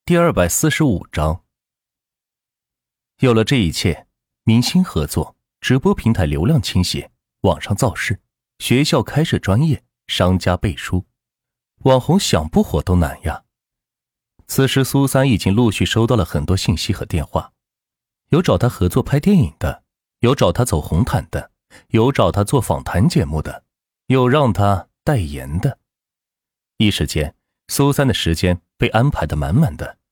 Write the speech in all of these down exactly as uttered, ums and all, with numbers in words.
第二百四十五章。有了这一切，明星合作，直播平台流量倾斜，网上造势，学校开设专业，商家背书，网红想不火都难呀。此时苏三已经陆续收到了很多信息和电话，有找他合作拍电影的，有找他走红毯的，有找他做访谈节目的，有让他代言的。一时间苏三的时间被安排得满满的。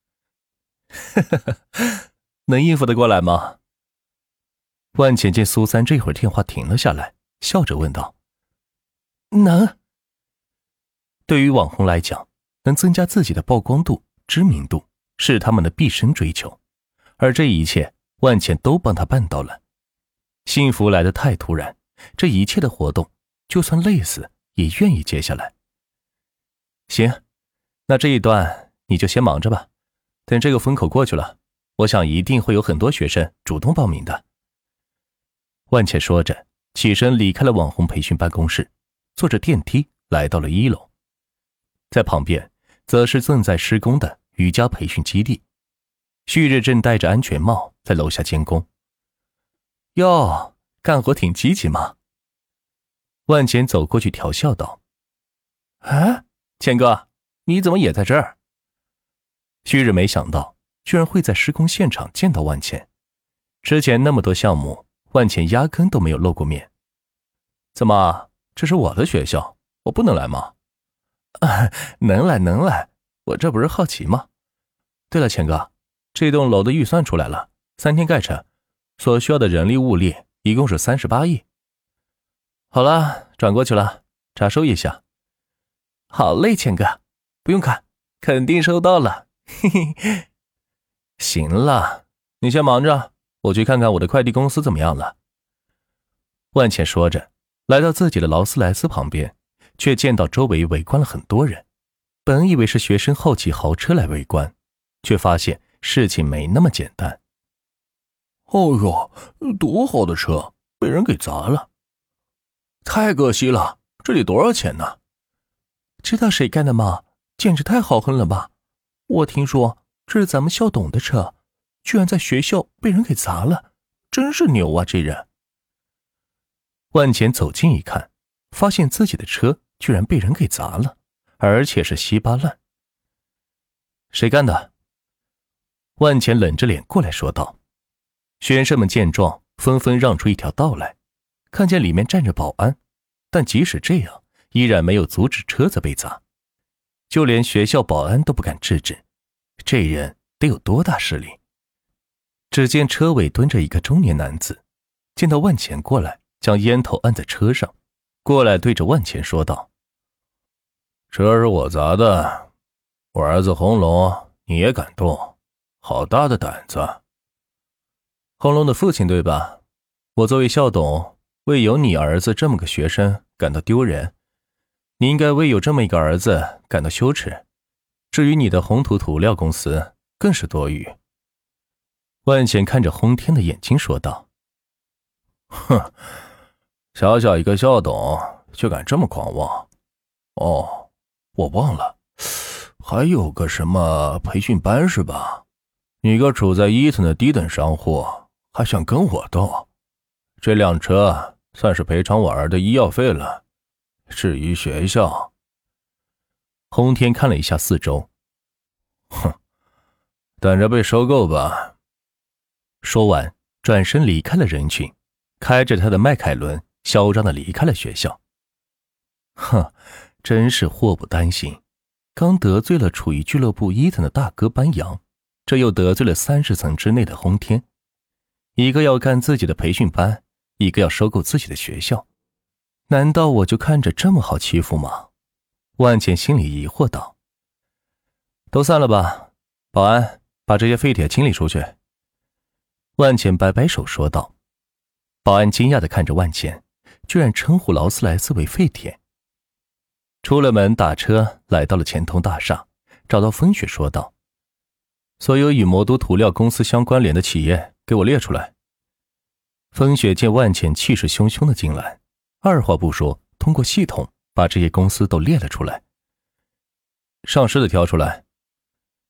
能应付得过来吗？万浅见苏三这会儿电话停了下来，笑着问道。能。对于网红来讲，能增加自己的曝光度、知名度是他们的毕生追求，而这一切万浅都帮他办到了。幸福来得太突然，这一切的活动就算累死也愿意接下来。行，那这一段你就先忙着吧，等这个风口过去了，我想一定会有很多学生主动报名的。万茜说着，起身离开了网红培训办公室，坐着电梯来到了一楼。在旁边则是正在施工的瑜伽培训基地，旭日正戴着安全帽在楼下监工。哟，干活挺积极嘛。万茜走过去调笑道。啊，谦哥，你怎么也在这儿？旭日没想到居然会在施工现场见到万茜，之前那么多项目，万茜压根都没有露过面。怎么，这是我的学校，我不能来吗？啊，能来能来，我这不是好奇吗？对了，钱哥，这栋楼的预算出来了，三天盖成，所需要的人力物力一共是三十八亿。好了，转过去了，查收一下。好嘞，钱哥，不用看，肯定收到了。嘿嘿。行了，你先忙着，我去看看我的快递公司怎么样了。万茜说着，来到自己的劳斯莱斯旁边，却见到周围围观了很多人。本以为是学生好奇豪车来围观，却发现事情没那么简单。 哦哟，多好的车，被人给砸了！太可惜了，这得多少钱呢？ 知道谁干的吗？简直太豪横了吧！我听说这是咱们校董的车，居然在学校被人给砸了，真是牛啊这人！ 万茜走近一看，发现自己的车居然被人给砸了，而且是稀巴烂。谁干的？万茜冷着脸过来说道。学生们见状纷纷让出一条道来，看见里面站着保安，但即使这样依然没有阻止车子被砸，就连学校保安都不敢制止，这人得有多大势力？只见车尾蹲着一个中年男子，见到万茜过来，将烟头按在车上，过来对着万茜说道： 车是我砸的，我儿子红龙你也敢动，好大的胆子。 红龙的父亲对吧？我作为校董，为有你儿子这么个学生感到丢人，你应该为有这么一个儿子感到羞耻。至于你的宏图涂料公司更是多余。万茜看着轰天的眼睛说道。 哼，小小一个校董却敢这么狂妄。哦，我忘了，还有个什么培训班是吧？你个处在伊顿的低等商户还想跟我斗？这辆车算是赔偿我儿的医药费了。至于学校…… 轰天看了一下四周， 哼，等着被收购吧。 说完转身离开了人群，开着他的迈凯伦嚣张地离开了学校。哼，真是祸不单行，刚得罪了处于俱乐部伊藤的大哥班扬，这又得罪了三十层之内的轰天，一个要干自己的培训班，一个要收购自己的学校，难道我就看着这么好欺负吗？万茜心里疑惑道。都散了吧，保安，把这些废铁清理出去。万茜摆摆手说道。保安惊讶地看着万茜，居然称呼劳斯莱斯为废铁。出了门打车来到了前通大厦，找到风雪说道。所有与魔都涂料公司相关联的企业给我列出来。风雪见万茜气势汹汹的进来，二话不说，通过系统把这些公司都列了出来。上市的挑出来。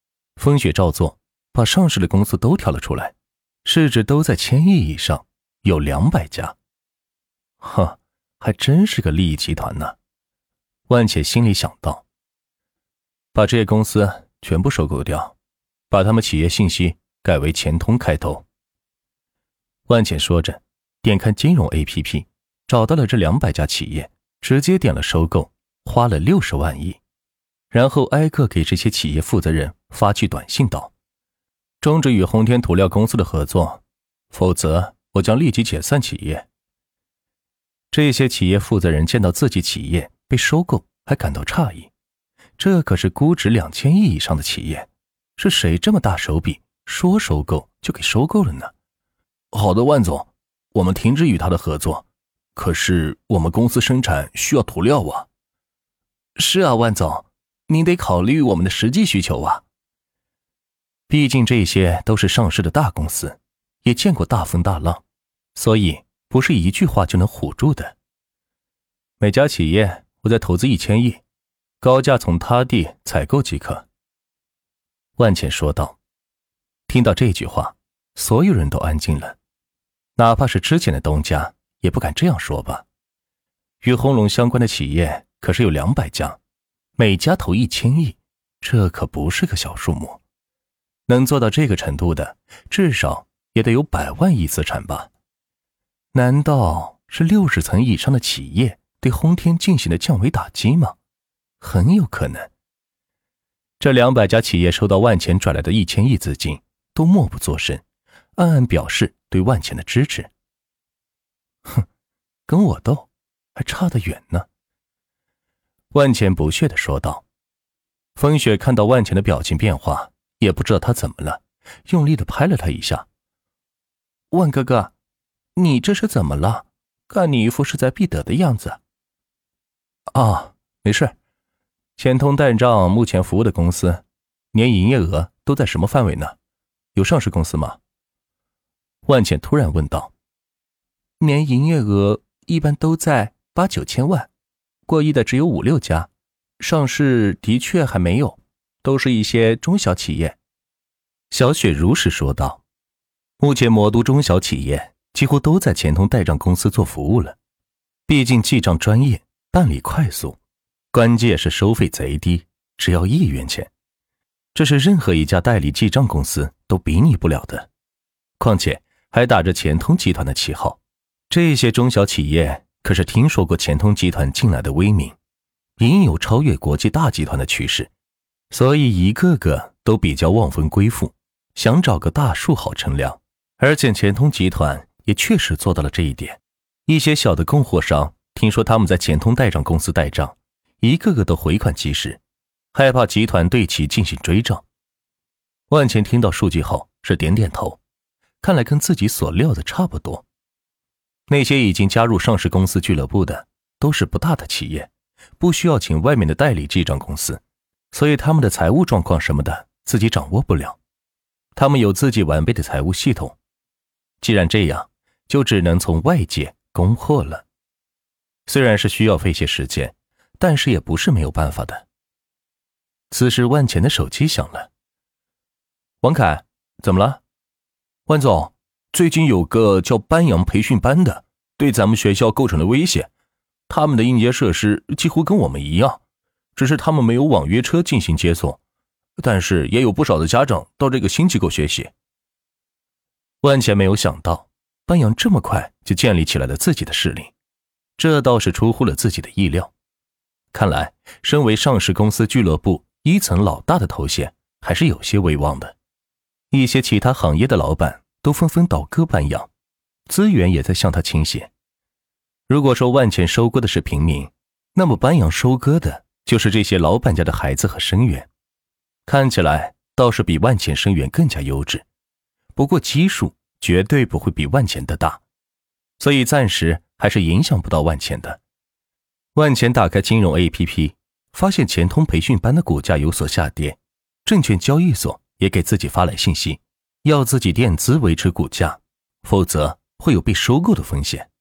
风雪照做，把上市的公司都挑了出来，市值都在千亿以上，有两百家。呵，还真是个利益集团呢。万茜心里想到，把这些公司全部收购掉，把他们企业信息改为钱通开头。万茜说着，点开金融 A P P， 找到了这两百家企业，直接点了收购，花了六十万亿。然后挨个给这些企业负责人发去短信道：终止与宏天涂料公司的合作，否则我将立即解散企业。这些企业负责人见到自己企业被收购还感到诧异，这可是估值两千亿以上的企业，是谁这么大手笔，说收购就给收购了呢？ 好的，万总，我们停止与他的合作，可是我们公司生产需要涂料啊。 是啊，万总，您得考虑我们的实际需求啊。 毕竟这些都是上市的大公司，也见过大风大浪，所以不是一句话就能唬住的。每家企业我再投资一千亿，高价从他地采购即可。万茜说道。听到这句话，所有人都安静了，哪怕是之前的东家也不敢这样说吧。与红龙相关的企业可是有两百家，每家投一千亿，这可不是个小数目。能做到这个程度的，至少也得有百万亿资产吧？难道是六十层以上的企业对宏天进行了降维打击吗？很有可能。这两百家企业收到万茜转来的一千亿资金，都默不作声，暗暗表示对万茜的支持。哼，跟我斗，还差得远呢。万茜不屑地说道。风雪看到万茜的表情变化，也不知道他怎么了，用力地拍了他一下。万哥哥，你这是怎么了？看你一副势在必得的样子。啊，没事。钱通代账目前服务的公司，年营业额都在什么范围呢？有上市公司吗？万茜突然问道。年营业额一般都在八九千万，过亿的只有五六家，上市的确还没有，都是一些中小企业。小雪如实说道。目前魔都中小企业几乎都在钱通代账公司做服务了，毕竟记账专业，办理快速，关键是收费贼低，只要一元钱，这是任何一家代理记账公司都比拟不了的。况且还打着钱通集团的旗号，这些中小企业可是听说过钱通集团近来的威名，隐有超越国际大集团的趋势，所以一个个都比较望风归附，想找个大树好乘凉。而且钱通集团也确实做到了这一点，一些小的供货商听说他们在钱通代账公司代账，一个个都回款及时，害怕集团对其进行追账。万茜听到数据后是点点头，看来跟自己所料的差不多。那些已经加入上市公司俱乐部的都是不大的企业，不需要请外面的代理记账公司，所以他们的财务状况什么的自己掌握不了，他们有自己完备的财务系统。既然这样，就只能从外界供货了。虽然是需要费些时间，但是也不是没有办法的。此时万茜的手机响了。王凯，怎么了？ 万总，最近有个叫班扬培训班的，对咱们学校构成了威胁。他们的应接设施几乎跟我们一样，只是他们没有网约车进行接送，但是也有不少的家长到这个新机构学习。 万茜没有想到班扬这么快就建立起来了自己的势力，这倒是出乎了自己的意料。看来身为上市公司俱乐部一层老大的头衔还是有些威望的，一些其他行业的老板都纷纷倒戈班扬，资源也在向他倾斜。如果说万茜收割的是平民，那么班扬收割的就是这些老板家的孩子和生源，看起来倒是比万茜生源更加优质，不过基数绝对不会比万茜的大，所以暂时还是影响不到万茜的。万茜打开金融 A P P， 发现钱通培训班的股价有所下跌，证券交易所也给自己发来信息，要自己垫资维持股价，否则会有被收购的风险。